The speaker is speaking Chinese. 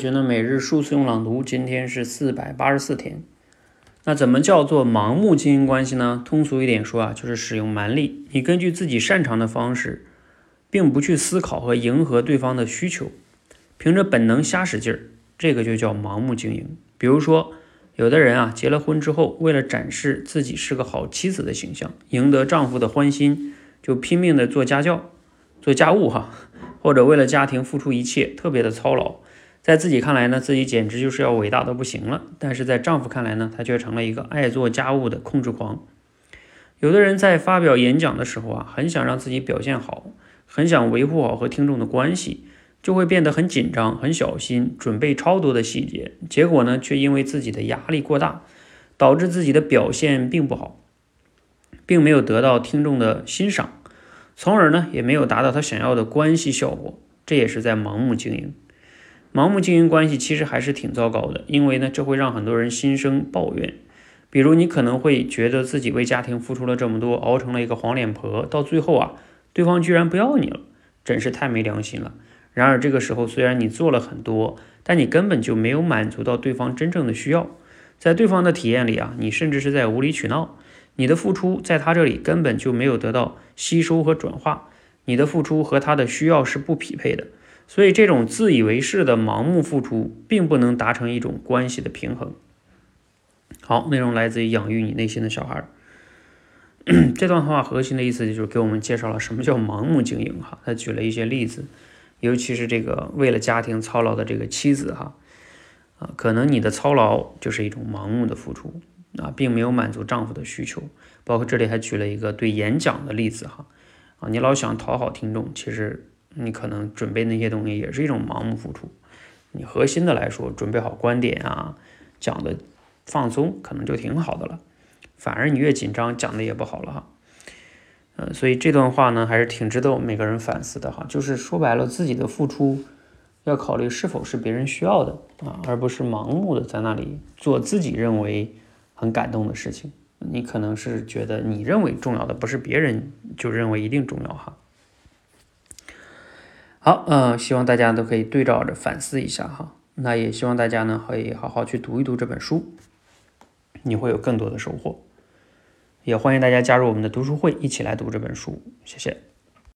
学呢每日数次用朗读，今天是484天。那怎么叫做盲目经营关系呢？通俗一点说啊，就是使用蛮力，你根据自己擅长的方式，并不去思考和迎合对方的需求，凭着本能瞎使劲儿，这个就叫盲目经营。比如说，有的人啊，结了婚之后，为了展示自己是个好妻子的形象，赢得丈夫的欢心，就拼命的做家务或者为了家庭付出一切，特别的操劳。在自己看来呢，自己简直就是要伟大的不行了，但是在丈夫看来呢，他却成了一个爱做家务的控制狂。有的人在发表演讲的时候啊，很想让自己表现好，很想维护好和听众的关系，就会变得很紧张、很小心，准备超多的细节，结果呢，却因为自己的压力过大，导致自己的表现并不好，并没有得到听众的欣赏，从而呢，也没有达到他想要的关系效果，这也是在盲目经营。盲目经营关系其实还是挺糟糕的，因为呢，这会让很多人心生抱怨。比如你可能会觉得自己为家庭付出了这么多，熬成了一个黄脸婆，到最后啊，对方居然不要你了，真是太没良心了。然而这个时候虽然你做了很多，但你根本就没有满足到对方真正的需要，在对方的体验里啊，你甚至是在无理取闹，你的付出在他这里根本就没有得到吸收和转化，你的付出和他的需要是不匹配的。所以这种自以为是的盲目付出并不能达成一种关系的平衡。好，内容来自于养育你内心的小孩。这段话核心的意思就是给我们介绍了什么叫盲目经营哈，他举了一些例子，尤其是这个为了家庭操劳的这个妻子哈，可能你的操劳就是一种盲目的付出啊，并没有满足丈夫的需求。包括这里还举了一个对演讲的例子哈，你老想讨好听众，其实你可能准备那些东西也是一种盲目付出。你核心的来说，准备好观点啊，讲的放松，可能就挺好的了。反而你越紧张，讲的也不好了哈。所以这段话呢，还是挺值得我们每个人反思的哈。就是说白了，自己的付出要考虑是否是别人需要的啊，而不是盲目的在那里做自己认为很感动的事情。你可能是觉得你认为重要的，不是别人就认为一定重要哈。好，希望大家都可以对照着反思一下哈。那也希望大家呢可以好好去读一读这本书，你会有更多的收获。也欢迎大家加入我们的读书会，一起来读这本书，谢谢。